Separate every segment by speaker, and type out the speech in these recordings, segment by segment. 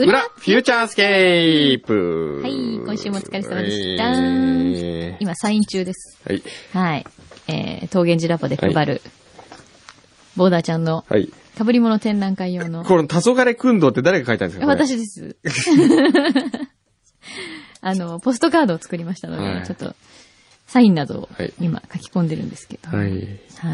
Speaker 1: 裏フューチャースケープ。
Speaker 2: はい、今週もお疲れ様でした。今、サイン中です。
Speaker 1: はい。
Speaker 2: はい。桃源寺ラボで配る、ボーダーちゃんの、はい。被り物展覧会用の。
Speaker 1: この、黄昏訓導って誰が書いたんですか？
Speaker 2: 私です。ポストカードを作りましたので、はい、ちょっと、サインなどを今書き込んでるんですけど。はい。はい。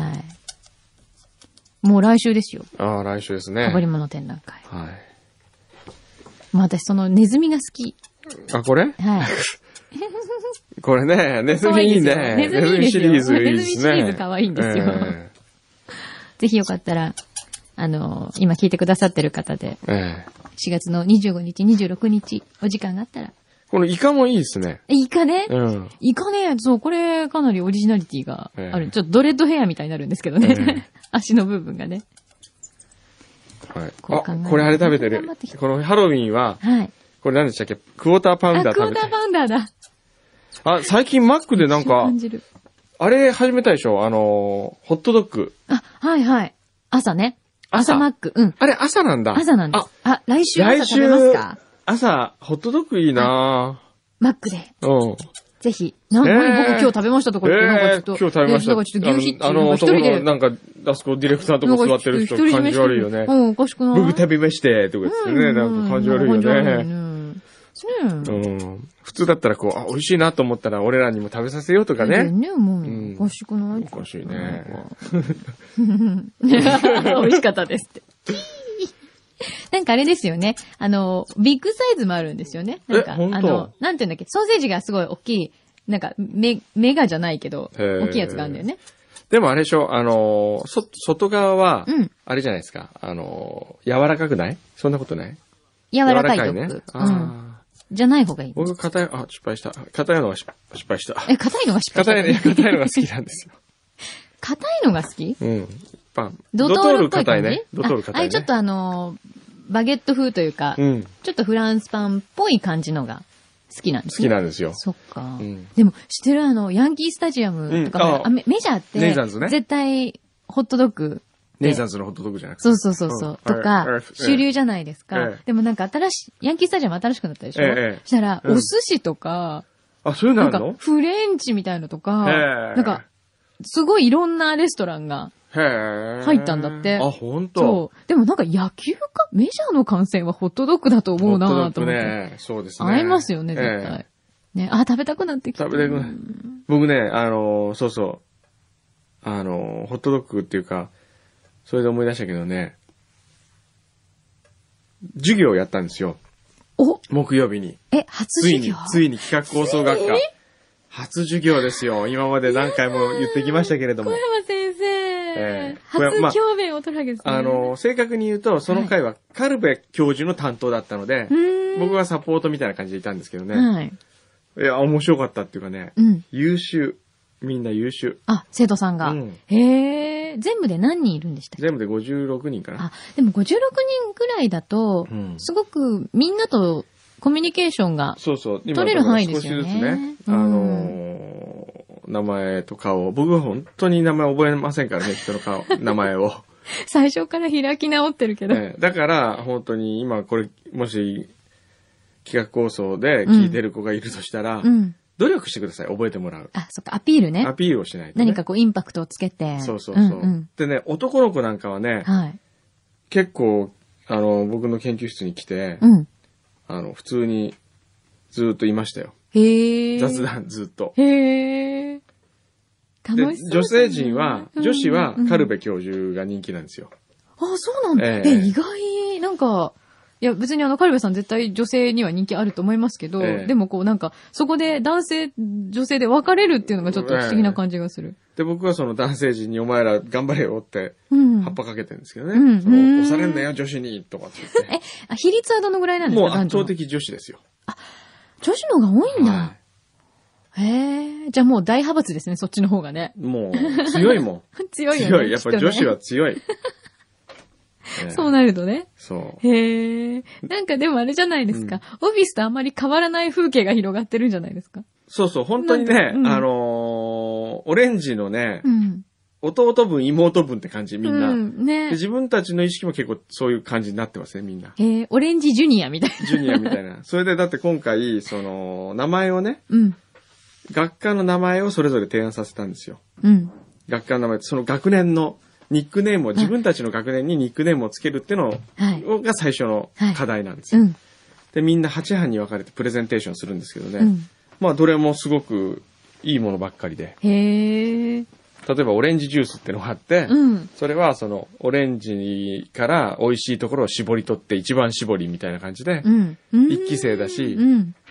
Speaker 2: もう来週ですよ。
Speaker 1: ああ、来週ですね。
Speaker 2: 被り物展覧会。はい。まあ私、そのネズミが好き。
Speaker 1: あ、これ？はい。これね、ネズミいいね。
Speaker 2: ネズミシリーズいいですね。ネズミシリーズ可愛いんですよ。ぜひよかったら、今聞いてくださってる方で、4月の25日、26日、お時間があったら。
Speaker 1: このイカもいいですね。
Speaker 2: イカね。イカね、そう、これかなりオリジナリティがある。ちょっとドレッドヘアみたいになるんですけどね。足の部分がね。
Speaker 1: はい。あ、これあれ食べてる。このハロウィンは、はい。これ何でしたっけ？クォーターパウンダー食べてる。
Speaker 2: クォーターパウンダーだ。
Speaker 1: あ、最近マックでなんか、あれ始めたでしょ？ホットドッグ。
Speaker 2: あ、はいはい。朝ね。朝マック。うん。
Speaker 1: あれ朝なんだ。
Speaker 2: 朝なんです。あ、来週朝食べますか？
Speaker 1: 朝、ホットドッグいいなぁ。
Speaker 2: マックで。
Speaker 1: うん。
Speaker 2: ぜひ。僕今日食べましたとか言って、なんかちょっと。
Speaker 1: 今日食べました。
Speaker 2: なんかちょっと牛ヒッチ。
Speaker 1: 男のなんか、あそこディレクターのとこ座ってる人感じ悪いよね。
Speaker 2: うん、おかしくない。
Speaker 1: 僕食べまして、とか言ってね、なんか感じ悪いよね。普通だったらこう、美味しいなと思ったら俺らにも食べさせようとかね。
Speaker 2: ね、もう、おかしくない？
Speaker 1: おかしいね。
Speaker 2: 美味しかったですって。なんかあれですよね。ビッグサイズもあるんですよね。なんか、なんていうんだっけ、ソーセージがすごい大きい、なんか、メガじゃないけど、大きいやつがあるんだよね。
Speaker 1: でもあれでしょ、外側は、あれじゃないですか、柔らかくない？そんなことない？
Speaker 2: 柔らかいドッグ。じゃない方がいい。
Speaker 1: 僕、硬い、失敗した。硬いのが失敗した。
Speaker 2: 硬いのが失敗した。
Speaker 1: 硬いのが好きなんですよ。
Speaker 2: 硬いのが好き？
Speaker 1: うん。
Speaker 2: ドトール硬いね。
Speaker 1: ドトール硬いね。
Speaker 2: ちょっとバゲット風というか、ちょっとフランスパンっぽい感じのが好きなんですね。
Speaker 1: 好きなんですよ。
Speaker 2: そっか。でも、知ってるヤンキースタジアムとか、メジャーって、
Speaker 1: ネイザンズね。
Speaker 2: 絶対、ホットドッグ。
Speaker 1: ネイザンズのホットドッグじゃなくて。
Speaker 2: そう。とか、主流じゃないですか。でもなんかヤンキースタジアム新しくなったでしょ？したら、お寿司とか、
Speaker 1: あ、そういうのあるの？
Speaker 2: なんか、フレンチみたいのとか、なんか、すごいいろんなレストランが、入ったんだって。
Speaker 1: あ、ほんと？
Speaker 2: そう。でもなんか野球かメジャーの観戦はホットドッグだと思うなぁと思って。
Speaker 1: ね。そうですね。
Speaker 2: 合いますよね、絶対。ね、食べたくなってきた。
Speaker 1: 食べたくなる。僕ね、そうそう。ホットドッグっていうか、それで思い出したけどね、授業をやったんですよ。木曜日に。
Speaker 2: 初授業？
Speaker 1: ついに企画構想学科。初授業ですよ。今まで何回も言ってきましたけれども。
Speaker 2: 小山先生。初教鞭を取るわけですね。
Speaker 1: 正確に言うと、その回はカルベ教授の担当だったので、僕はサポートみたいな感じでいたんですけどね。いや、面白かったっていうかね、優秀。みんな優秀。
Speaker 2: あ、生徒さんが。へー。全部で何人いるんでしたっけ？
Speaker 1: 全部で56人かな。
Speaker 2: でも56人くらいだと、すごくみんなとコミュニケーションが取れる範囲ですよね。
Speaker 1: 少しずつね。名前と顔。僕は本当に名前覚えませんからね、人の顔、名前を。
Speaker 2: 最初から開き直ってるけど。
Speaker 1: だから、本当に今これ、もし、企画構想で聞いてる子がいるとしたら、努力してください。覚えてもらう。
Speaker 2: あ、そっか、アピールね。
Speaker 1: アピールをしないと、ね。
Speaker 2: 何かこう、インパクトをつけて。
Speaker 1: そう。でね、男の子なんかはね、結構、僕の研究室に来て、普通にずっといましたよ。雑談ずっと。楽しそう。女性陣は、女子はカルベ教授が人気なんですよ。
Speaker 2: あ、そうなんだ。意外、なんか、いや別にカルベさん絶対女性には人気あると思いますけど、でもこうなんか、そこで男性、女性で分かれるっていうのがちょっと不思議な感じがする。
Speaker 1: で、僕はその男性陣にお前ら頑張れよって、葉っぱかけてるんですけどね。押されんなよ女子に、とかって言って。
Speaker 2: 比率はどのぐらいなんですか？
Speaker 1: もう圧倒的女子ですよ。
Speaker 2: あ、女子の方が多いんだ。じゃあもう大派閥ですね、そっちの方がね。
Speaker 1: もう、強いもん。
Speaker 2: 強いよね。
Speaker 1: 強い。やっぱ女子は強い。
Speaker 2: そうなるとね。
Speaker 1: そう。
Speaker 2: なんかでもあれじゃないですか。オフィスとあんまり変わらない風景が広がってるんじゃないですか。
Speaker 1: そう、本当にね、オレンジのね、 弟分、妹分って感じ、みんな。ね。自分たちの意識も結構そういう感じになってますね、みんな。
Speaker 2: オレンジジュニアみたいな。
Speaker 1: ジュニアみたいな。それでだって今回、名前をね、学科の名前をそれぞれ提案させたんですよ。学科の名前、その学年のニックネームを、自分たちの学年にニックネームをつけるっていうのが最初の課題なんですよ。で、みんな8班に分かれてプレゼンテーションするんですけどね。まあ、どれもすごくいいものばっかりで。例えばオレンジジュースってのがあって、それはオレンジから美味しいところを絞り取って一番絞りみたいな感じで、一期生だし、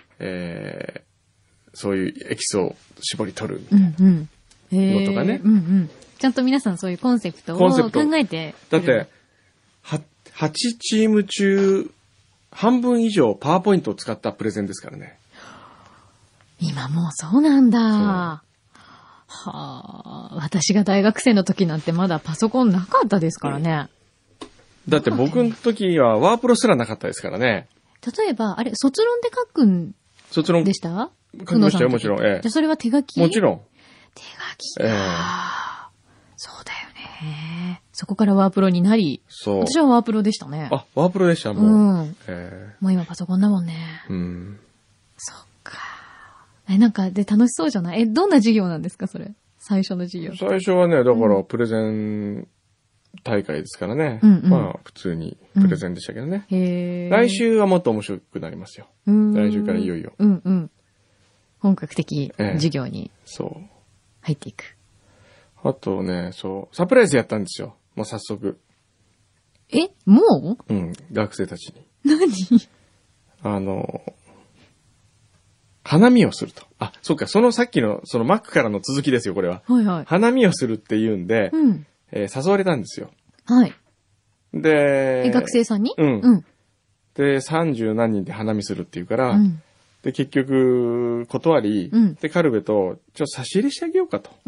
Speaker 1: そういうエキスを絞り取るみたいなのとかね。
Speaker 2: ちゃんと皆さんそういうコンセプトを考えて。
Speaker 1: だって、8チーム中、半分以上パワーポイントを使ったプレゼンですからね。
Speaker 2: 今もうそうなんだ。はあ、私が大学生の時なんてまだパソコンなかったですからね。
Speaker 1: だって僕の時はワープロすらなかったですからね。
Speaker 2: 例えば、あれ、卒論で書くんでした？
Speaker 1: 書きましたよ、もちろん。じ
Speaker 2: ゃあそれは手書き？
Speaker 1: もちろん。
Speaker 2: 手書きか。そうだよね。そこからワープロになり。そう。私はワープロでしたね。
Speaker 1: あ、ワープロでした、もう。
Speaker 2: もう今パソコンだもんね。そっか。なんか、で、楽しそうじゃない？どんな授業なんですか、それ。最初の授業。
Speaker 1: 最初はね、だから、プレゼン大会ですからね。まあ、普通にプレゼンでしたけどね。来週はもっと面白くなりますよ。来週からいよいよ。
Speaker 2: 本格的授業に。入っていく。
Speaker 1: あとね、サプライズやったんですよ。もう早速。
Speaker 2: も
Speaker 1: う？学生たちに。
Speaker 2: 何？
Speaker 1: 花見をすると。あ、そうか、さっきの、マックからの続きですよ、これは。花見をするって言うんで、誘われたんですよ。で、
Speaker 2: 学生さんに？
Speaker 1: で、30何人で花見するって言うから、で、結局、断り、で、カルベと、差し入れしてあげようかと。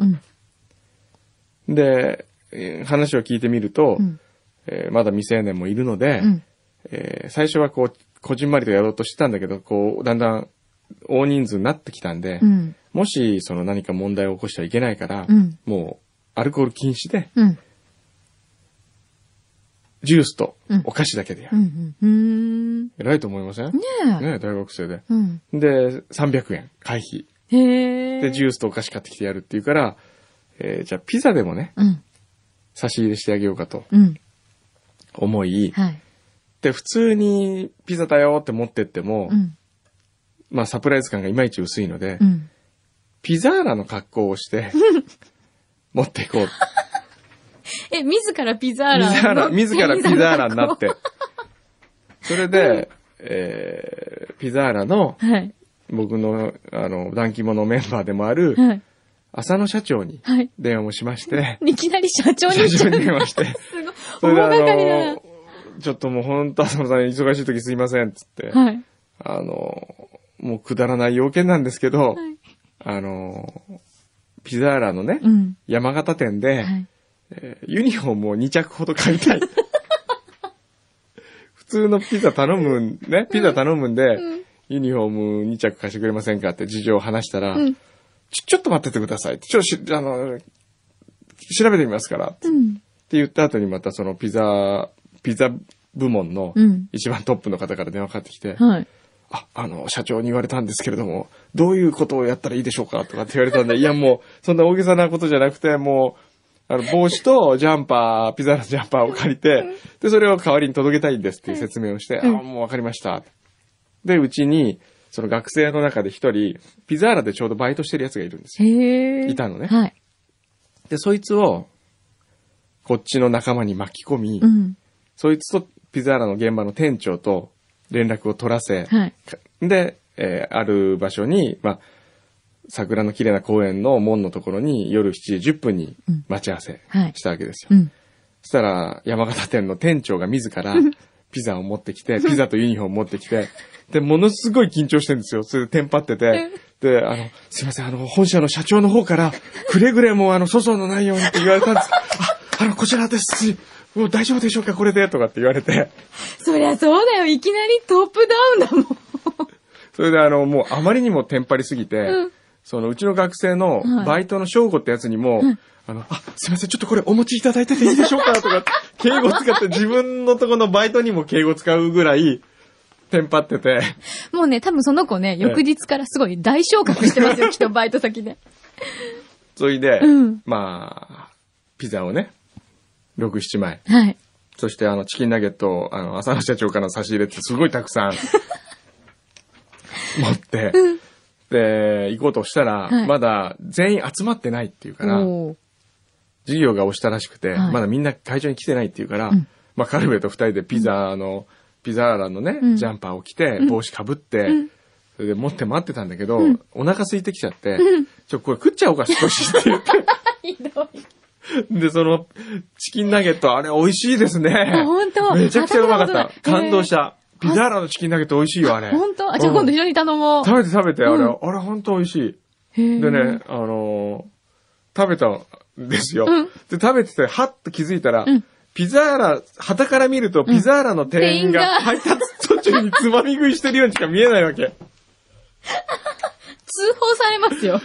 Speaker 1: で、話を聞いてみると、まだ未成年もいるので、最初はこじんまりとやろうとしてたんだけど、だんだん、大人数になってきたんで、もし何か問題を起こしてはいけないから、もうアルコール禁止で、ジュースとお菓子だけでやる。偉いと思いません？ねえ、大学生で。で、300円、会費。で、ジュースとお菓子買ってきてやるって言うから、じゃあピザでもね、差し入れしてあげようかと思い、で、普通にピザだよって持ってっても、まあ、サプライズ感がいまいち薄いので、ピザーラの格好をして、持っていこう。
Speaker 2: 自らピザーラ
Speaker 1: 自らピザーラになって。それで、ピザーラの、僕の、団肝のメンバーでもある、浅野社長に電話をしまして、
Speaker 2: いきなり社長に
Speaker 1: 電話して、
Speaker 2: すごい。大掛かりだな。
Speaker 1: ちょっともう本当浅野さん忙しい時すいません、つって。もうくだらない要件なんですけど、ピザーラのね、山形店で、ユニフォームを2着ほど買いたい。普通のピザ頼むんで、ユニフォーム2着貸してくれませんかって事情を話したら、ちょっと待っててくださいって、調べてみますから、って言った後にまたピザ部門の一番トップの方から電話かかってきて、社長に言われたんですけれども、どういうことをやったらいいでしょうかとかって言われたんで、いやもう、そんな大げさなことじゃなくて、もう、帽子とジャンパー、ピザのジャンパーを借りて、で、それを代わりに届けたいんですっていう説明をして、もうわかりました。で、うちに、学生の中で一人、ピザーラでちょうどバイトしてるやつがいるんですよ。いたのね。で、そいつを、こっちの仲間に巻き込み、そいつとピザーラの現場の店長と、連絡を取らせ、で、ある場所に、桜の綺麗な公園の門のところに夜7時10分に待ち合わせしたわけですよ。そしたら、山形店の店長が自らピザを持ってきて、ピザとユニフォーム持ってきて、で、ものすごい緊張してるんですよ。それでテンパってて、で、すいません、本社の社長の方から、くれぐれも粗相のないようにって言われたんです。こちらです。もう大丈夫でしょうかこれでとかって言われて。
Speaker 2: そりゃそうだよ。いきなりトップダウンだもん。
Speaker 1: それでもうあまりにもテンパりすぎて、 うちの学生のバイトの正吾ってやつにも、すいません、ちょっとこれお持ちいただいてていいでしょうかとか、敬語使って自分のとこのバイトにも敬語使うぐらい、テンパってて。
Speaker 2: もうね、多分その子ね、翌日からすごい大昇格してますよ、きっとバイト先で。
Speaker 1: それで、まあ、ピザをね、6、7枚。
Speaker 2: はい。
Speaker 1: そしてチキンナゲットを、浅野社長から差し入れってすごいたくさん持って、で、行こうとしたら、まだ全員集まってないっていうから、授業が押したらしくて、まだみんな会場に来てないっていうから、まあ、カルベと2人でピザーラのね、ジャンパーを着て、帽子かぶって、それで持って待ってたんだけど、お腹空いてきちゃって、これ食っちゃおうか少しって言って。ひどい。で、チキンナゲット、あれ美味しいですね。
Speaker 2: 本当
Speaker 1: めちゃくちゃうまかった。感動した。ピザーラのチキンナゲット美味しいよ、あれ。
Speaker 2: 本当じゃあ今度一緒に頼もう。
Speaker 1: 食べて、あれ本当美味しい。でね、食べたんですよ。で、食べてて、はっと気づいたら、ピザーラ、旗から見るとピザーラの店員が配達途中につまみ食いしてるようにしか見えないわけ。
Speaker 2: 通報されますよ。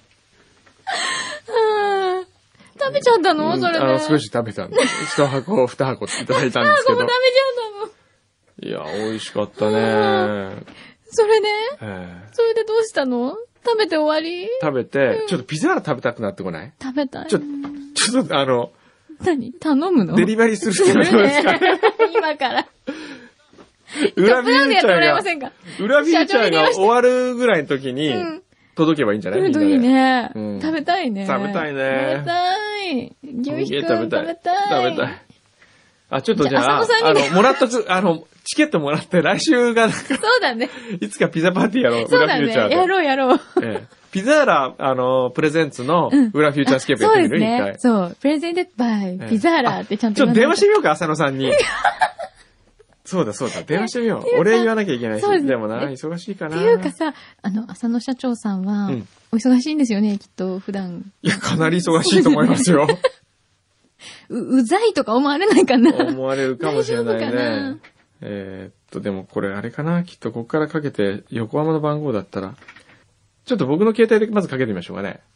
Speaker 2: 食べちゃったのそれで。
Speaker 1: 少し食べたんで。1箱、2箱っていただいたんですけど。
Speaker 2: 1箱も食べちゃった
Speaker 1: の。いや、美味しかったね。
Speaker 2: それでそれでどうしたの？食べて終わり？
Speaker 1: 食べて、ちょっとピザーラ食べたくなってこない？
Speaker 2: 食べたい。
Speaker 1: ちょっと
Speaker 2: 何？頼むの？
Speaker 1: デリバリーする人がどうですか？
Speaker 2: 今から。
Speaker 1: 裏フューチャーが終わるぐらいの時に、届けばいいんじゃない？
Speaker 2: 来るといいね。食べたいね。
Speaker 1: 食べたいね。
Speaker 2: 食べたい。牛皮くん食べたい。
Speaker 1: 食べたい。あ、ちょっとじゃあ、もらったチケットもらって来週が
Speaker 2: そうだね。
Speaker 1: いつかピザパーティーやろう。
Speaker 2: そうだね。やろう。
Speaker 1: ピザーラ、プレゼンツの裏フューチャースケープやってみる？一回。
Speaker 2: そう。プレゼンテッドバイピザーラってちゃんと。
Speaker 1: ちょっと電話してみようか、浅野さんに。そうだ。電話してみよう。俺言わなきゃいけないし。でもな、忙しいかな。
Speaker 2: っていうかさ、浅野社長さんは、お忙しいんですよね、きっと、普段。
Speaker 1: いや、かなり忙しいと思いますよ。
Speaker 2: うざいとか思われないかな。
Speaker 1: 思われるかもしれないね。でもこれあれかな、きっとここからかけて、横浜の番号だったら、ちょっと僕の携帯でまずかけてみましょうかね。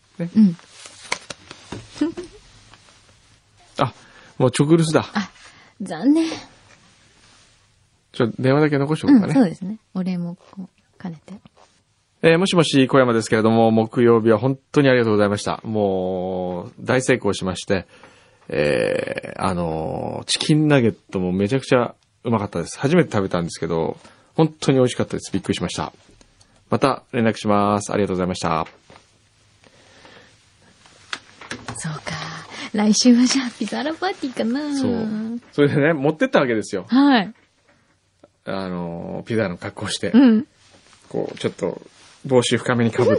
Speaker 1: あ、もう直留守だ。
Speaker 2: あ、残念。
Speaker 1: 電話だけ残しておこうかね。
Speaker 2: そうですね。お礼も兼ねて。
Speaker 1: もしもし、小山ですけれども、木曜日は本当にありがとうございました。もう、大成功しまして、チキンナゲットもめちゃくちゃうまかったです。初めて食べたんですけど、本当に美味しかったです。びっくりしました。また連絡します。ありがとうございました。
Speaker 2: そうか。来週はじゃあ、ピザーラパーティーかな。
Speaker 1: そう。それでね、持ってったわけですよ。
Speaker 2: はい。
Speaker 1: ピザの格好して。こう、ちょっと、帽子深めにかぶって。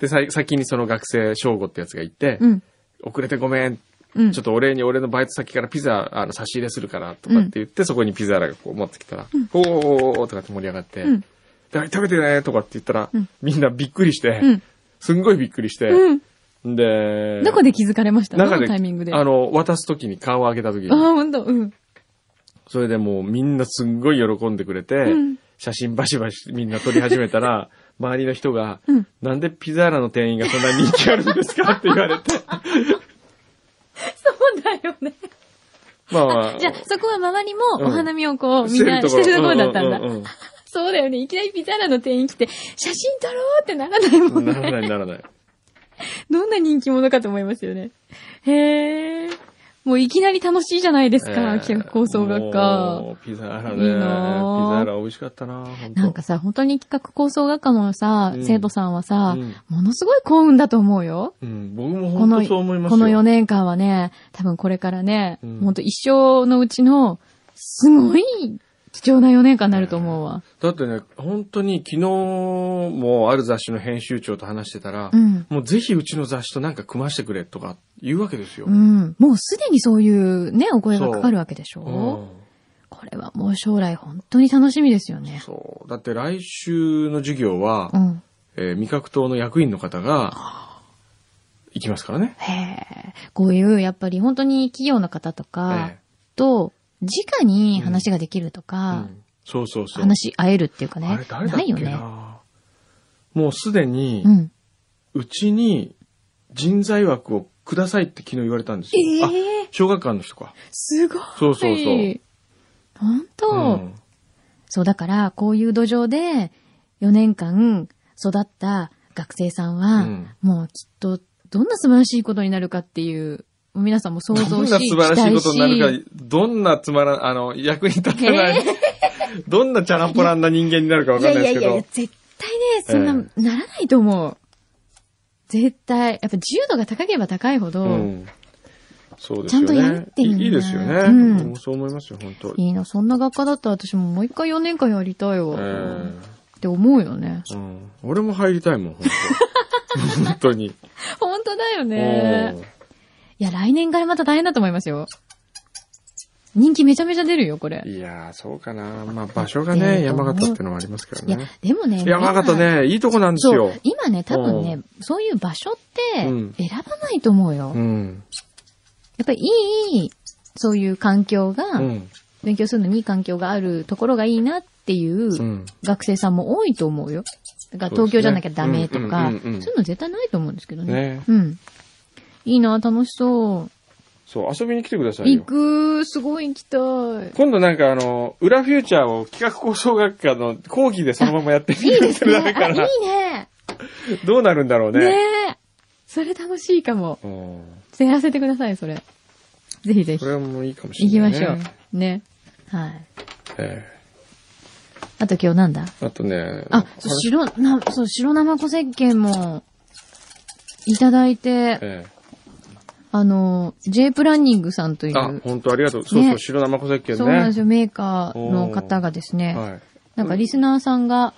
Speaker 1: で、先にその学生、正吾ってやつがいて、遅れてごめん。ちょっとお礼に俺のバイト先からピザ、差し入れするから、とかって言って、そこにピザーラがこう持ってきたら、おーとかって盛り上がって、食べてねとかって言ったら、みんなびっくりして、すんごいびっくりして、で、
Speaker 2: どこで気づかれました？どのタイミングで？
Speaker 1: 渡すときに、顔を開けたときに。
Speaker 2: あ、ほんと。
Speaker 1: それでもうみんなすんごい喜んでくれて、写真バシバシみんな撮り始めたら、周りの人が、なんでピザーラの店員がそんな人気あるんですかって言われて。
Speaker 2: そうだよね。
Speaker 1: まあ、
Speaker 2: じゃあ、そこは周りもお花見をこう、みんなしてるところだったんだ。そうだよね。いきなりピザーラの店員来て、写真撮ろうってならないもんね。
Speaker 1: ならない。ど
Speaker 2: んな人気者かと思いますよね。へー。もういきなり楽しいじゃないですか、企画構想学科。
Speaker 1: ピザーラね。ピザーラ美味しかったな。
Speaker 2: なんかさ、本当に企画構想学科のさ、生徒さんはさ、ものすごい幸運だと思うよ。
Speaker 1: 僕も本当そう思いますよ。
Speaker 2: この4年間はね、多分これからね、本当一生のうちの、すごい貴重な4年間になると思うわ。
Speaker 1: だってね、本当に昨日もある雑誌の編集長と話してたら、もうぜひうちの雑誌となんか組ましてくれとか言うわけですよ。も
Speaker 2: うすでにそういうね、お声がかかるわけでしょ。これはもう将来本当に楽しみですよね。
Speaker 1: そう。だって来週の授業は、味覚党の役員の方が行きますからね。
Speaker 2: こういうやっぱり本当に企業の方とかと、直に話ができるとか、
Speaker 1: そう。
Speaker 2: 話し合えるっていうかね。
Speaker 1: あれ誰だっけな。
Speaker 2: ないよね。
Speaker 1: もうすでに、うちに人材枠をくださいって昨日言われたんですよ。あ、小学館の人か。
Speaker 2: すごい。
Speaker 1: そうそうそう。
Speaker 2: 本当、そう、だから、こういう土壌で4年間育った学生さんは、もうきっとどんな素晴らしいことになるかっていう、皆さんも想像し、どんな
Speaker 1: 素晴らしいことになるか、どんな役に立たない、どんなチャランポランな人間になるかわかんないですけど。いや
Speaker 2: 絶対ね、そんな、ならないと思う。絶対。やっぱ自由度が高ければ高いほど、
Speaker 1: そうですよね。ちゃんとやるっていうのいいですよね。そう思いますよ、本当。
Speaker 2: いいな、そんな学科だったら私ももう一回4年間やりたいわ。って思うよね。
Speaker 1: 俺も入りたいもん、本当。本当に。
Speaker 2: 本当だよね。いや、来年からまた大変だと思いますよ。人気めちゃめちゃ出るよ、これ。
Speaker 1: いやー、そうかな。まあ、場所がね、山形ってのもありますからね。
Speaker 2: いや、でもね。
Speaker 1: 山形ね、いいとこなんですよ。
Speaker 2: 今ね、多分ね、そういう場所って選ばないと思うよ。やっぱりいい、そういう環境が、勉強するのにいい環境があるところがいいなっていう学生さんも多いと思うよ。だから東京じゃなきゃダメとか、そういうの絶対ないと思うんですけどね。いいな、楽しそう。
Speaker 1: そう、遊びに来てくださいよ。
Speaker 2: 行く、すごい行きたい。
Speaker 1: 今度なんか裏フューチャーを企画構想学科の講義でそのままやってみるってなるから。
Speaker 2: いいね。
Speaker 1: どうなるんだろうね。
Speaker 2: ねえ。それ楽しいかも。やらせてください、それ。ぜひぜひ。
Speaker 1: それもいいかもしれない、ね。
Speaker 2: 行きましょう。ね。はい。あと今日なんだ？
Speaker 1: あとね。
Speaker 2: あ、白生子石鹸も、いただいて、J プランニングさんという。
Speaker 1: あ、本当ありがとう。そうそう、白生子石鹸ね。
Speaker 2: そうなんですよ、メーカーの方がですね。なんかリスナーさんが、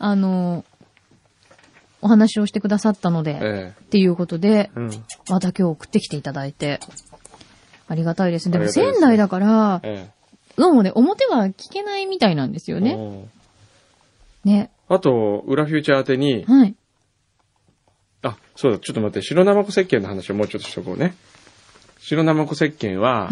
Speaker 2: お話をしてくださったので、っていうことで、また今日送ってきていただいて、ありがたいです。でも仙台だから、どうもね、表は聞けないみたいなんですよね。ね。
Speaker 1: あと、裏フューチャー宛てに、あ、そうだ、ちょっと待って、白生子石鹸の話をもうちょっとしとこうね。白生子石鹸は、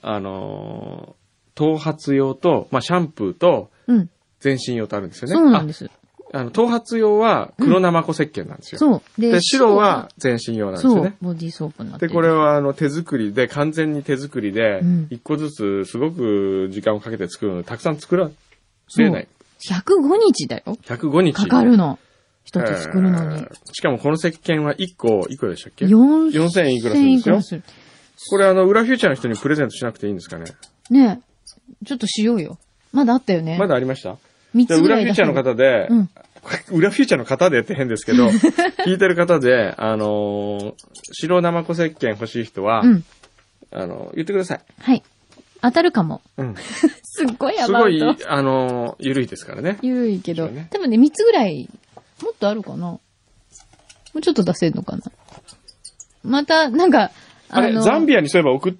Speaker 1: 頭髪用と、まあ、シャンプーと、全身用とあるんですよね。
Speaker 2: そうなんです。
Speaker 1: 頭髪用は黒生子石鹸なんですよ。
Speaker 2: そう。
Speaker 1: で、白は全身用なんですよね。
Speaker 2: そう、ボディーソープになってる。
Speaker 1: で、これは手作りで、完全に手作りで、一個ずつすごく時間をかけて作るので、たくさん作られない。
Speaker 2: 105日だよ。
Speaker 1: 105日。
Speaker 2: かかるの。一つ作るのに。
Speaker 1: しかもこの石鹸は1個、いくらでしたっけ ?4000 円いくらするんですよ。これ裏フューチャーの人にプレゼントしなくていいんですかね？
Speaker 2: ねえ。ちょっとしようよ。まだあったよね。
Speaker 1: まだありました
Speaker 2: ？3つぐらい。
Speaker 1: 裏フューチャーの方で、裏フューチャーの方でって変ですけど、聞いてる方で、白生子石鹸欲しい人は、言ってください。
Speaker 2: はい。当たるかも。すっごいアバウト。
Speaker 1: すごい、ゆるいですからね。
Speaker 2: ゆるいけど、多分ね、3つぐらい、もっとあるかな？もうちょっと出せるのかな？また、なんか、
Speaker 1: あれ、ザンビアにそういえば送った？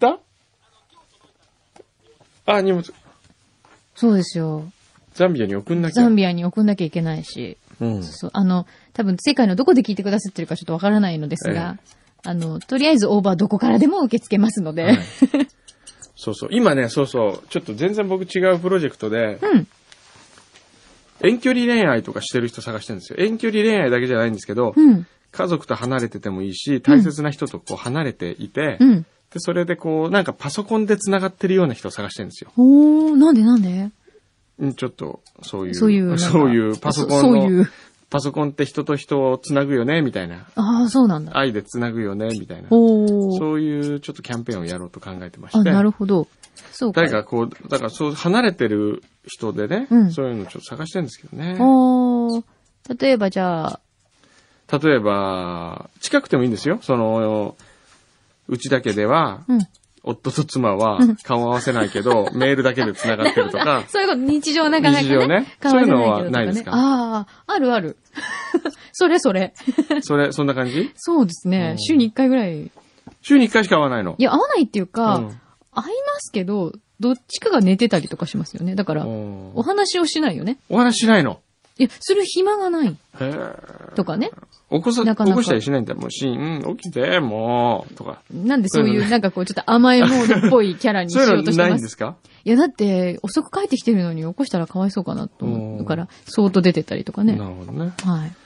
Speaker 1: あ、荷物。
Speaker 2: そうですよ。
Speaker 1: ザンビアに送んなきゃ。
Speaker 2: ザンビアに送んなきゃいけないし。そう、多分世界のどこで聞いてくださってるかちょっとわからないのですが、とりあえずオーバーどこからでも受け付けますので。
Speaker 1: そうそう。今ね、そうそう。ちょっと全然僕違うプロジェクトで、遠距離恋愛とかしてる人探してるんですよ。遠距離恋愛だけじゃないんですけど、家族と離れててもいいし、大切な人とこう離れていて、で、それでこう、なんかパソコンで繋がってるような人を探してるんですよ。
Speaker 2: なんで
Speaker 1: ちょっと、そういうパソコンの、パソコンって人と人を繋ぐよね、みたいな。
Speaker 2: ああ、そうなんだ。
Speaker 1: 愛で繋ぐよね、みたいな。そういうちょっとキャンペーンをやろうと考えてまして。
Speaker 2: なるほど。そうか。
Speaker 1: 誰かこう、だからそう、離れてる人でね、そういうのちょっと探してるんですけどね。
Speaker 2: 例えばじゃあ。
Speaker 1: 例えば、近くてもいいんですよ。うちだけでは、夫と妻は顔を合わせないけど、メールだけで繋がってるとか。
Speaker 2: そういうこと、日常なかなかね。
Speaker 1: 日常ね。そういうのはないですか？
Speaker 2: ああ、あるある。それ。そ
Speaker 1: んな感じ？
Speaker 2: そうですね。週に1回ぐらい。
Speaker 1: 週に1回しか会わないの？
Speaker 2: いや、会わないっていうか、会いますけど、どっちかが寝てたりとかしますよね。だから、お話をしないよね。
Speaker 1: お話しないの？
Speaker 2: いや、する暇がない。とかね。
Speaker 1: 起こしたりしないんだ。もう起きて、もう、とか。
Speaker 2: なんでそういう、なんかこう、ちょっと甘えモードっぽいキャラにしようとしてます。
Speaker 1: そういうのないんですか？
Speaker 2: いや、だって、遅く帰ってきてるのに起こしたらかわいそうかなと思う。だから、そーっと出てたりとかね。
Speaker 1: なるほどね。
Speaker 2: はい。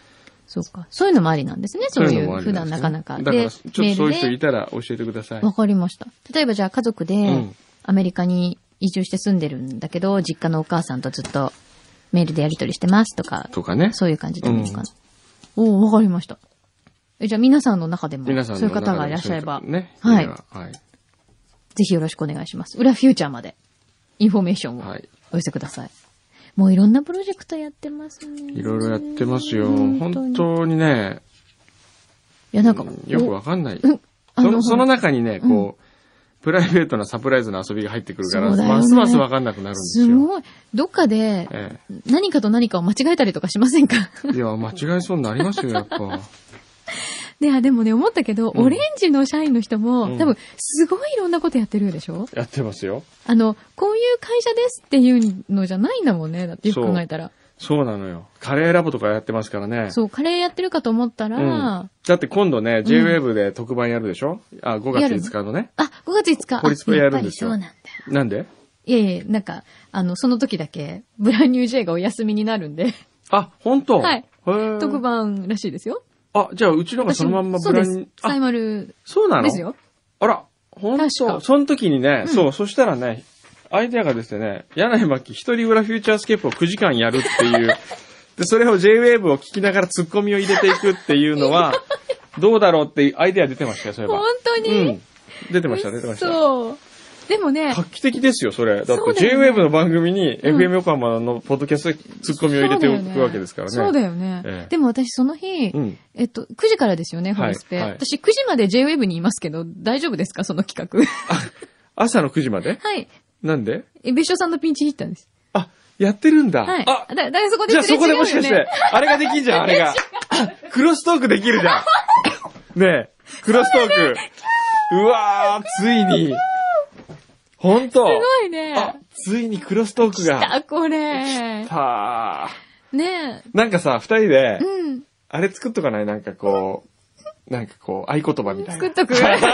Speaker 2: そうか。そういうのもありなんですね。そういう、普段なかなか。
Speaker 1: だから、ちょっとそういう人いたら教えてください。
Speaker 2: わかりました。例えばじゃあ家族で、アメリカに移住して住んでるんだけど、実家のお母さんとずっとメールでやり取りしてますとか。
Speaker 1: とかね。
Speaker 2: そういう感じでもいいかな。わかりました。じゃあ皆さんの中でも、そういう方がいらっしゃれば。
Speaker 1: ね。
Speaker 2: はい。ぜひよろしくお願いします。裏フューチャーまで、インフォメーションをお寄せください。もういろんなプロジェクトやってますね。
Speaker 1: いろいろやってますよ。本当にね。
Speaker 2: いや、なんか。
Speaker 1: よくわかんない。その中にね、こう、プライベートなサプライズの遊びが入ってくるから、ますますわかんなくなるんですよ。
Speaker 2: すごい。どっかで、何かと何かを間違えたりとかしませんか？
Speaker 1: いや、間違えそうになりますよ、やっぱ。
Speaker 2: でもね、思ったけど、オレンジの社員の人も、多分、すごいいろんなことやってるでしょ？
Speaker 1: やってますよ。
Speaker 2: こういう会社ですっていうのじゃないんだもんね。だってよく考えたら。
Speaker 1: そうなのよ。カレーラボとかやってますからね。
Speaker 2: そう、カレーやってるかと思ったら、
Speaker 1: だって今度ね、J-Wave で特番やるでしょ？5月5日のね。
Speaker 2: 5月5日。
Speaker 1: ホリスペやるんですよ。
Speaker 2: そうなんだ。
Speaker 1: なんで？
Speaker 2: いや、なんか、その時だけ、ブランニュー J がお休みになるんで。
Speaker 1: あ、本当？
Speaker 2: はい。特番らしいですよ。
Speaker 1: じゃあ、うちのがそのまんまブランニュー。
Speaker 2: サイマル。
Speaker 1: そうなの？
Speaker 2: ですよ。
Speaker 1: あら、本当。その時にね、そしたらね、アイデアがですね、柳井真紀一人裏フューチャースケープを9時間やるっていう。で、それを J-Wave を聞きながらツッコミを入れていくっていうのは、どうだろうってアイデア出てましたよ、そういえば。
Speaker 2: 本当に？
Speaker 1: 出てました。
Speaker 2: そう。でもね。
Speaker 1: 画期的ですよ、それ。だって J-Wave の番組に FM 横浜のポッドキャストでツッコミを入れておくわけですからね。
Speaker 2: そうだよね。でも私その日、9時からですよね、ホリスペ。私9時まで J-Wave にいますけど、大丈夫ですか、その企画。
Speaker 1: 朝の9時まで？
Speaker 2: はい。
Speaker 1: なんで？
Speaker 2: 別所さんのピンチヒッターです。
Speaker 1: やってるんだ。
Speaker 2: はい。だそこで。
Speaker 1: じゃあそこでもしかして、あれができんじゃん、あれが。クロストークできるじゃん。ねえ、クロストーク。うわー、ついに。ほんと。す
Speaker 2: ごいね。
Speaker 1: ついにクロストークが。
Speaker 2: 来た、これ。
Speaker 1: 来た
Speaker 2: ー。ねえ。
Speaker 1: なんかさ、二人で、あれ作っとかない？なんかこう、合言葉みたいな。
Speaker 2: 作っとく作っ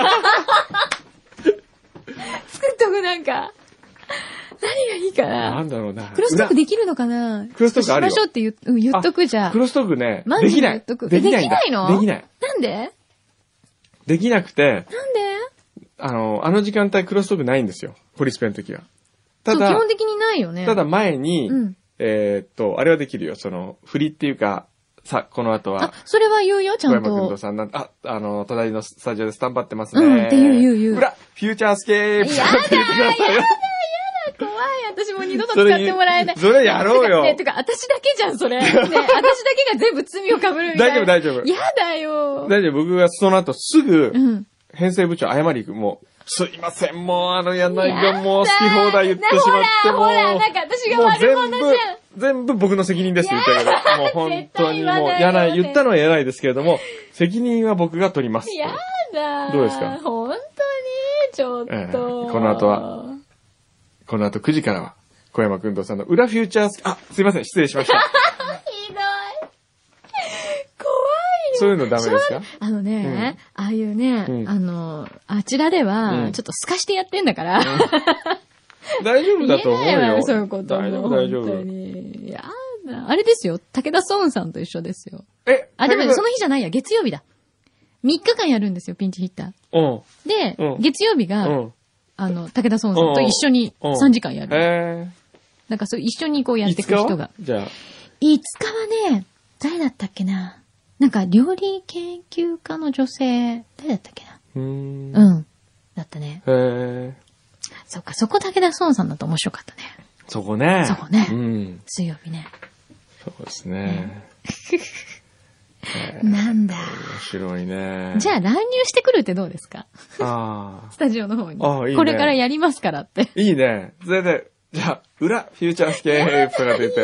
Speaker 2: とく、なんか。何がいいかな。
Speaker 1: なんだろうな。
Speaker 2: クロストークできるのかな？
Speaker 1: クロストークあるよ。
Speaker 2: しましょうって言っとくじゃん。
Speaker 1: クロストークね、
Speaker 2: できない。
Speaker 1: できない
Speaker 2: の？
Speaker 1: できない。
Speaker 2: なんで？
Speaker 1: できなくて。
Speaker 2: なんで？
Speaker 1: あの時間帯クロストークないんですよ。ホリスペの時は。ただ、
Speaker 2: 基本的にないよね。
Speaker 1: ただ前に、あれはできるよ。振りっていうか、この後は。
Speaker 2: それは言うよ、ちゃんと。
Speaker 1: 小山くんとさん隣のスタジオでスタンバってますね。
Speaker 2: って言う。
Speaker 1: 裏、フューチャースケープって言ってくださいよ。
Speaker 2: 怖い。私も二度と使ってもらえない。
Speaker 1: それやろうよ。
Speaker 2: てか、私だけじゃん、それ。ね、私だけが全部罪を被るみたいな。
Speaker 1: 大丈夫。
Speaker 2: やだよ。
Speaker 1: 大丈夫。僕がその後すぐ、編成部長謝り行く。もう、すいません、もう柳井がもう好き放題言ってしまっても。
Speaker 2: ほら、なんか私が悪者じゃん。
Speaker 1: 全部僕の責任ですって言ったけど、もう本当にもう言ったのは偉いですけれども、責任は僕が取ります。
Speaker 2: やだ。
Speaker 1: どうですか？
Speaker 2: 本当にちょっと。
Speaker 1: この後9時からは、小山くんとさんの裏フューチャーすいません、失礼しました。
Speaker 2: ひどい。怖いよ。
Speaker 1: そういうのダメですか？
Speaker 2: ああいうね、あちらでは、ちょっと透かしてやってんだから。
Speaker 1: 大丈夫だと思うよ。
Speaker 2: そういうこと。
Speaker 1: 大丈夫。
Speaker 2: 本当に。やだ。あれですよ。武田壮雲さんと一緒ですよ。
Speaker 1: で
Speaker 2: もその日じゃないや。月曜日だ。3日間やるんですよ、ピンチヒッター。で、月曜日が、武田壮雲さんと一緒に3時間やる。なんかそう一緒にこうやっていく人が。
Speaker 1: じゃあ。
Speaker 2: 5日はね、誰だったっけな。なんか料理研究家の女性、誰だったっけな。だったね。そっか、そこ武田壮さんだと面白かったね。
Speaker 1: そこね。
Speaker 2: 水曜日ね。
Speaker 1: そうですね。
Speaker 2: なんだ。
Speaker 1: 面白いね。
Speaker 2: じゃあ乱入してくるってどうですか？スタジオの方に。
Speaker 1: いいね。
Speaker 2: これからやりますからって。
Speaker 1: いいね。それで、じゃあ、裏、フューチャースケープとかって言って。
Speaker 2: 本当に言え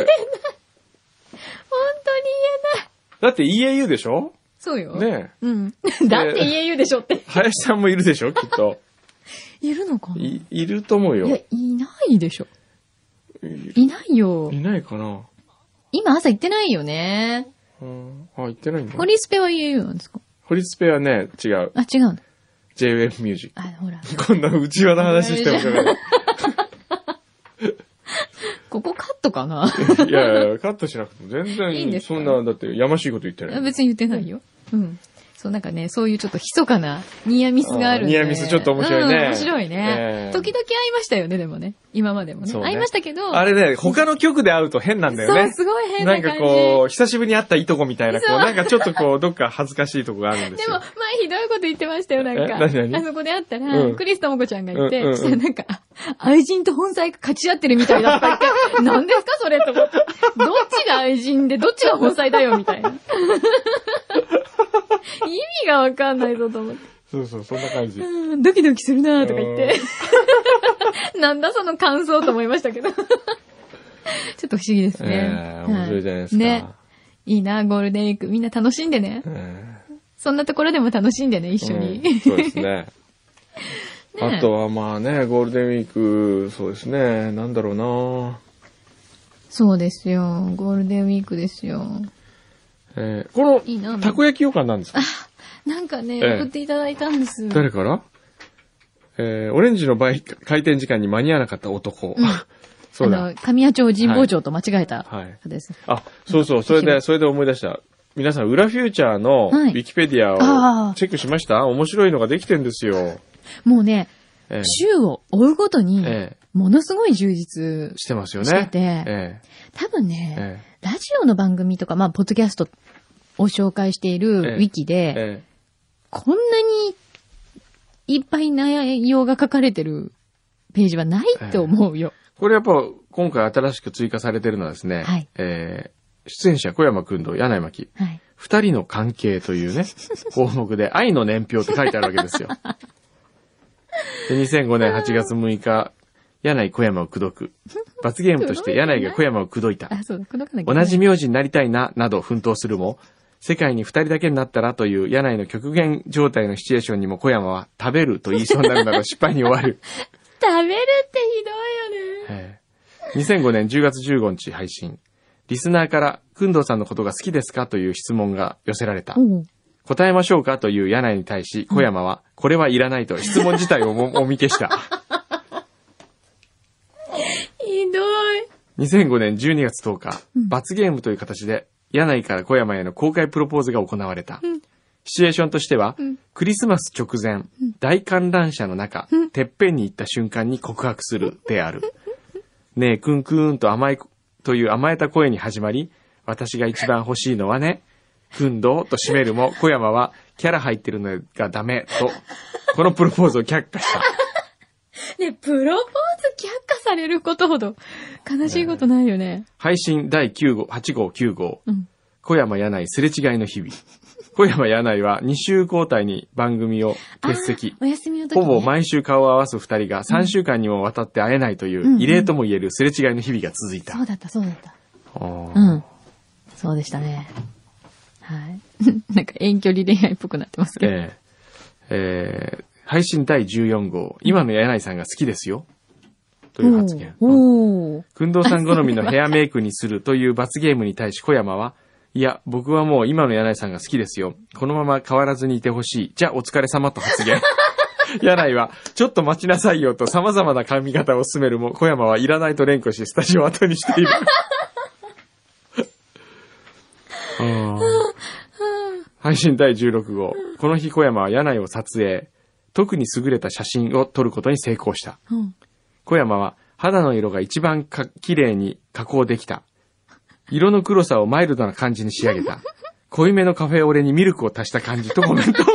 Speaker 2: ない。
Speaker 1: だって EAU でしょ？
Speaker 2: そうよ。
Speaker 1: ね
Speaker 2: え。だって EAU でしょって。
Speaker 1: 林さんもいるでしょきっと。
Speaker 2: いるのかな？
Speaker 1: いると思うよ。
Speaker 2: いや、いないでしょ。いないよ。
Speaker 1: いないかな？
Speaker 2: 今朝行ってないよね。
Speaker 1: 行ってないんだ。
Speaker 2: ホリスペは EAU なんですか？
Speaker 1: ホリスペはね、違う。
Speaker 2: 違うんだ。
Speaker 1: J-Wave ミュージック。
Speaker 2: ほら。
Speaker 1: こんな内輪の話してもしょうがない。
Speaker 2: ここカットかかな。
Speaker 1: いやいや、カットしなくても全然、いいんですか？そんな、だってやましいこと言ってない。
Speaker 2: 別に言ってないよ。うん。そう、なんかね、そういうちょっと密かなニアミスがあるんで。
Speaker 1: ニアミスちょっと面白いね。
Speaker 2: 面白いね。時々会いましたよね、でもね。今までもね。会いましたけど。
Speaker 1: あれね、他の局で会うと変なんだよね。
Speaker 2: そう、すごい変な感じ。
Speaker 1: なんかこう、久しぶりに会ったいとこみたいな、こう、なんかちょっとこう、どっか恥ずかしいとこがあるんですよ。
Speaker 2: でも、前ひどいこと言ってましたよ、なんか。あそこで会ったら、クリスともこちゃんがいて、そしたらなんか、愛人と本妻が勝ち合ってるみたいだとか言って、何ですかそれと思って。どっちが愛人で、どっちが本妻だよ、みたいな。意味がわかんないぞと思って。
Speaker 1: そうそう、そんな感じ。
Speaker 2: ドキドキするなーとか言って。なんだその感想と思いましたけど。ちょっと不思議ですね。
Speaker 1: 面白いじゃないですか。ね。
Speaker 2: いいな、ゴールデンウィーク。みんな楽しんでね。そんなところでも楽しんでね、一緒に。
Speaker 1: そうですね。あとはまあね、ゴールデンウィーク、そうですね、なんだろうな。
Speaker 2: そうですよ、ゴールデンウィークですよ。
Speaker 1: この、たこ焼きようかんなんですか？
Speaker 2: なんかね、送っていただいたんです。
Speaker 1: 誰から？オレンジの開店時間に間に合わなかった男。
Speaker 2: そうだ。神谷町神保町と間違えた。はい。です。
Speaker 1: あ、そうそう、それで思い出した。皆さん、裏フューチャーのウィキペディアをチェックしました？面白いのができてんですよ。
Speaker 2: もうね、週を追うごとに、ものすごい充実
Speaker 1: してますよね。
Speaker 2: してて、多分ね、ラジオの番組とか、まあ、ポッドキャストを紹介しているウィキで、こんなにいっぱい内容が書かれてるページはないって思うよ。
Speaker 1: これやっぱ今回新しく追加されてるのはですね、出演者小山君と柳井真紀、二人の関係というね、項目で愛の年表って書いてあるわけですよ。で2005年8月6日、柳井小山を口説く。罰ゲームとして柳井が小山を口説いた。同じ名字になりたいな、など奮闘するも、世界に二人だけになったらという柳井の極限状態のシチュエーションにも小山は食べると言いそうになるなど失敗に終わる。
Speaker 2: 食べるってひどいよね。
Speaker 1: 2005年10月15日配信。リスナーから、くんどうさんのことが好きですかという質問が寄せられた。答えましょうかという柳井に対し、小山は、これはいらないと質問自体をもみ消した。
Speaker 2: ひどい。
Speaker 1: 2005年12月10日、罰ゲームという形で、柳井から小山への公開プロポーズが行われた。シチュエーションとしては、クリスマス直前、大観覧車の中、てっぺんに行った瞬間に告白するである。ねえ、くんくーんとという甘えた声に始まり、私が一番欲しいのはね、くんどうと締めるも、小山はキャラ入ってるのがダメと、このプロポーズを却下した。
Speaker 2: ね、プロポーズ却下されることほど悲しいことないよね。
Speaker 1: 配信第8号、9号、小山柳井すれ違いの日々。小山柳井は2週交代に番組を欠席。
Speaker 2: お休みの時、ね、
Speaker 1: ほぼ毎週顔を合わす二人が3週間にもわたって会えないという異例とも言えるすれ違いの日々が続いた。
Speaker 2: そうだった。そうでしたね。はい。なんか遠距離恋愛っぽくなってますけど。
Speaker 1: 配信第14号、今の柳井さんが好きですよ。という発言。くんどうさん好みのヘアメイクにするという罰ゲームに対し小山は、いや、僕はもう今の柳井さんが好きですよ。このまま変わらずにいてほしい。じゃあお疲れ様と発言。柳井は、ちょっと待ちなさいよと様々な髪型を進めるも、小山はいらないと連呼し、スタジオを後にしている。配信第16号。この日小山は柳井を撮影。特に優れた写真を撮ることに成功した。小山は、肌の色が一番綺麗に加工できた。色の黒さをマイルドな感じに仕上げた。濃いめのカフェオレにミルクを足した感じとコメント。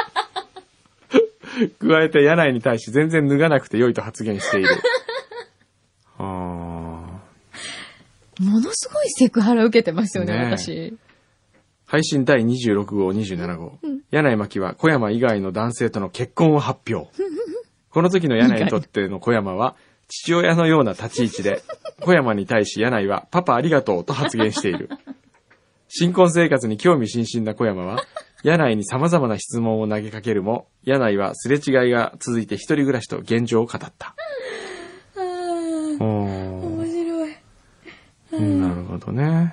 Speaker 1: 加えて柳井に対し全然脱がなくて良いと発言している。
Speaker 2: ものすごいセクハラ受けてますよね、私。
Speaker 1: 配信第26号、27号。柳井真紀は小山以外の男性との結婚を発表。この時の柳井にとっての小山は、父親のような立ち位置で、小山に対し柳井は、パパありがとうと発言している。新婚生活に興味津々な小山は、柳井に様々な質問を投げかけるも、柳井はすれ違いが続いて一人暮らしと現状を語った。
Speaker 2: 面白い。
Speaker 1: なるほどね。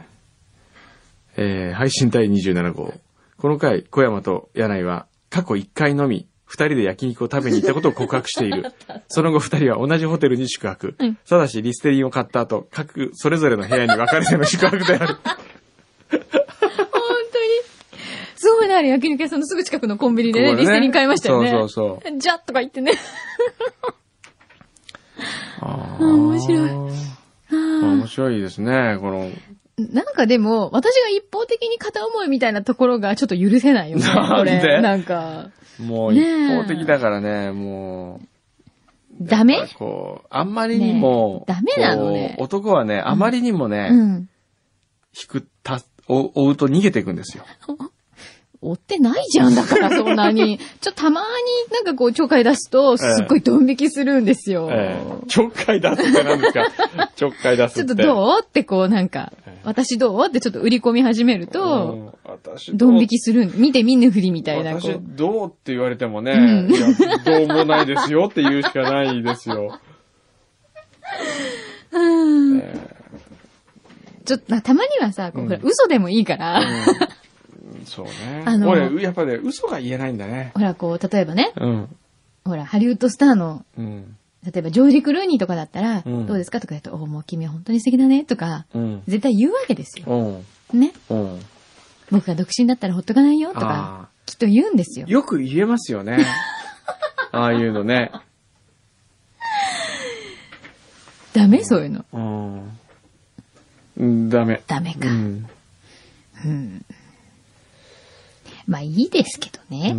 Speaker 1: 配信第27号。この回、小山と柳井は過去1回のみ二人で焼肉を食べに行ったことを告白している。その後二人は同じホテルに宿泊。ただしリステリンを買った後、各それぞれの部屋に分かれての宿泊である。本
Speaker 2: 当に。すごいね、あれ焼肉屋さんのすぐ近くのコンビニでね、リステリン買いましたよね。
Speaker 1: そう。
Speaker 2: じゃとか言ってね。面白い。
Speaker 1: 面白いですね、この。
Speaker 2: なんかでも、私が一方的に片思いみたいなところがちょっと許せないよね。
Speaker 1: なんで？
Speaker 2: なんか。
Speaker 1: もう一方的だからね、も
Speaker 2: う。ダメ？
Speaker 1: こう、あんまりにも、
Speaker 2: ダメなのね。
Speaker 1: 男はね、あまりにもね、追うと逃げていくんですよ。
Speaker 2: 追ってないじゃん、だからそんなに。たまになんかこうちょっかい出すと、すっごいドン引きするんですよ。
Speaker 1: ちょっかい出すって何ですか？ちょっかい出すって。
Speaker 2: ちょっとどうってこうなんか、私どうってちょっと売り込み始めると、ドン引きする見て見ぬふりみたいな。
Speaker 1: 私どうって言われてもね、いやどうもないですよって言うしかないですよ。
Speaker 2: ちょっと、たまにはさ、こうほら嘘でもいいから、
Speaker 1: そうね。俺、やっぱね、嘘が言えないんだね。
Speaker 2: ほら、こう、例えばね。ほら、ハリウッドスターの、例えば、ジョージ・クルーニーとかだったら、どうですかとか言うと、もう君は本当に素敵だね、とか、絶対言うわけですよ。ね。僕が独身だったらほっとかないよ、とか、きっと言うんですよ。
Speaker 1: よく言えますよね。ああいうのね。
Speaker 2: ダメそういうの。
Speaker 1: ダメ。
Speaker 2: ダメか。まあいいですけどね。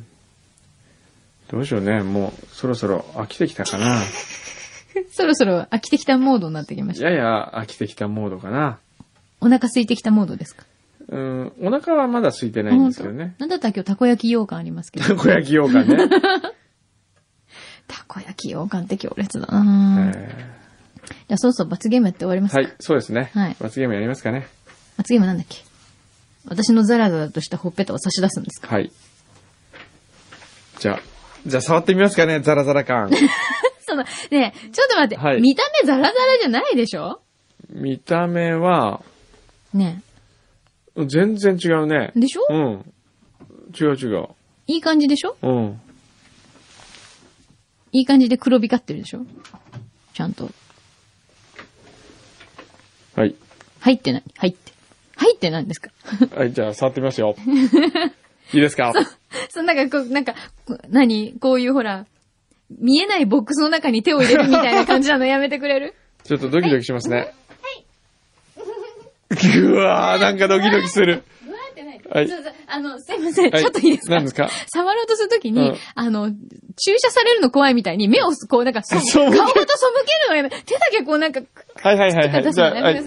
Speaker 1: どうしようね。もうそろそろ飽きてきたかな。
Speaker 2: そろそろ飽きてきたモードになってきました。
Speaker 1: やや飽きてきたモードかな。
Speaker 2: お腹空いてきたモードですか？
Speaker 1: お腹はまだ空いてないんですけどね。
Speaker 2: なんだったら今日たこ焼き羊羹ありますけど。
Speaker 1: たこ焼き羊羹ね。
Speaker 2: たこ焼き羊羹って強烈だな。じゃあそうそう罰ゲームやって終わりますか？
Speaker 1: はい、そうですね。
Speaker 2: はい。
Speaker 1: 罰ゲームやりますかね。
Speaker 2: 罰ゲームなんだっけ？私のザラザラとしたほっぺたを差し出すんですか？
Speaker 1: はい。じゃあ触ってみますかね、ザラザラ感。
Speaker 2: ねえ、ちょっと待って、はい、見た目ザラザラじゃないでしょ？
Speaker 1: 見た目は、
Speaker 2: ね
Speaker 1: え。全然違うね。
Speaker 2: でしょ？
Speaker 1: 違う。
Speaker 2: いい感じでしょ？いい感じで黒光ってるでしょ？ちゃんと。
Speaker 1: はい。
Speaker 2: はいって何？はいって何ですか？
Speaker 1: はい、じゃあ触ってみますよ。いいですか？
Speaker 2: なんか、こういうほら、見えないボックスの中に手を入れるみたいな感じなのやめてくれる？
Speaker 1: ちょっとドキドキしますね。はい。うわー、なんかドキドキする。はい。
Speaker 2: すいません、ちょっといいですか？
Speaker 1: 何ですか？
Speaker 2: 触ろうとするときに、注射されるの怖いみたいに目をこうなんか、顔ごと背けるのやめ、手だけこうなんか、
Speaker 1: はい。じゃあ、はい。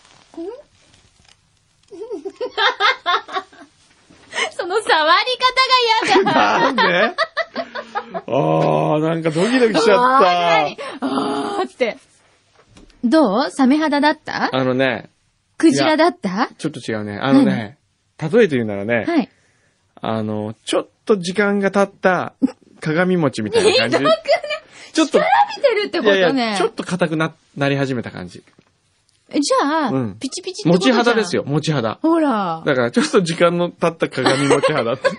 Speaker 2: その触り方が嫌だ。
Speaker 1: なんで？なんかドキドキしちゃった。
Speaker 2: って。どう？サメ肌だった？クジラだった？
Speaker 1: ちょっと違うね。例えて言うならね、はい。ちょっと時間が経った鏡餅みたいな感じ。ちょっと。
Speaker 2: 見てるってことね。
Speaker 1: ちょっと硬くなり始めた感じ。
Speaker 2: じゃあ、ピチピチってこと
Speaker 1: じゃん。持ち肌ですよ、持ち肌。
Speaker 2: ほら。
Speaker 1: だからちょっと時間の経った鏡持ち肌って。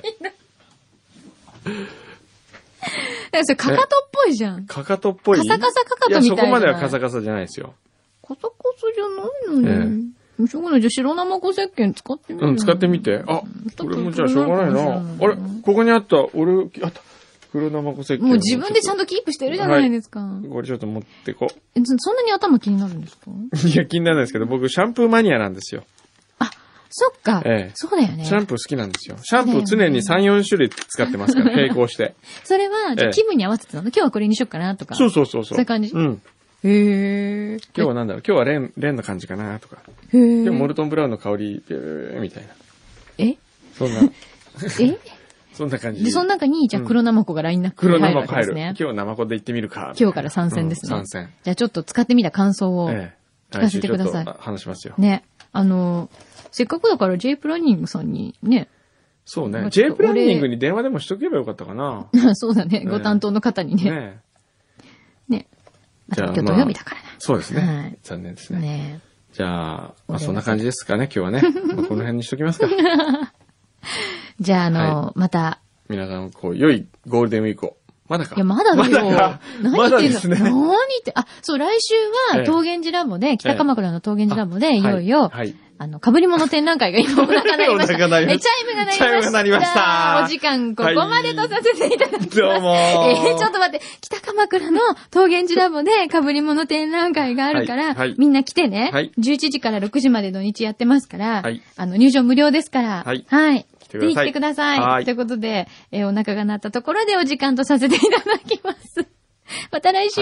Speaker 2: それかかとっぽいじゃん。
Speaker 1: かかとっぽい？
Speaker 2: カサカサかかとみたいな。
Speaker 1: いや、そこまではカサカサじゃないですよ。
Speaker 2: カサカサじゃないのに。しょうがない。じゃあ白生粉石鹸使ってみる。
Speaker 1: 使ってみて。これもじゃあしょうがないな。あれここにあった。黒生粉石鹸。
Speaker 2: もう自分でちゃんとキープしてるじゃないですか。
Speaker 1: これちょっと持ってこう。
Speaker 2: そんなに頭気になるんですか？
Speaker 1: いや、気にならないですけど、僕シャンプーマニアなんですよ。
Speaker 2: あ、そっか。そうだよね。
Speaker 1: シャンプー好きなんですよ。シャンプー常に3、4種類使ってますから、並行して。
Speaker 2: それは、じゃあ気分に合わせてたの？今日はこれにしよっかなとか。
Speaker 1: そう。
Speaker 2: そういう感じ？へー。
Speaker 1: 今日はなんだろう、今日はレンの感じかなとか。今日モルトンブラウンの香り、みたいな。そんな。そんな感じ。
Speaker 2: で、その中に、じゃあ黒生粉がラインナップに入るわけですね。
Speaker 1: 黒生粉入る。今日生粉で行ってみるか。
Speaker 2: 今日から参戦ですね。
Speaker 1: 参戦。
Speaker 2: じゃあちょっと使ってみた感想を聞かせてください。
Speaker 1: 話しますよ。
Speaker 2: ね。せっかくだから J プランニングさんにね。
Speaker 1: そうね。J プランニングに電話でもしとけばよかったかな。
Speaker 2: そうだね。ご担当の方にね。ね。じゃあ今日土曜日だからな。
Speaker 1: そうですね。残念ですね。じゃあ、そんな感じですかね、今日はね。この辺にしときますか。
Speaker 2: じゃあ、また、
Speaker 1: 皆さん、良いゴールデンウィークを。まだか。
Speaker 2: いや、まだだよ。
Speaker 1: まだですね。
Speaker 2: 何言って、そう、来週は、桃源寺ラボで、北鎌倉の桃源寺ラボで、いよいよ、被り物展覧会が今お腹鳴りました。チャイムが鳴りました。
Speaker 1: チャイムが鳴りました。
Speaker 2: お時間、ここまでとさせていただきます。
Speaker 1: どうも
Speaker 2: ちょっと待って、北鎌倉の桃源寺ラボで被り物展覧会があるから、みんな来てね、11時から6時まで土日やってますから、入場無料ですから、はい。ぜひ来てください。ということで、お腹が鳴ったところでお時間とさせていただきます。また来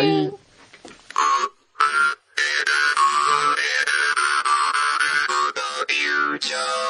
Speaker 2: 週。Future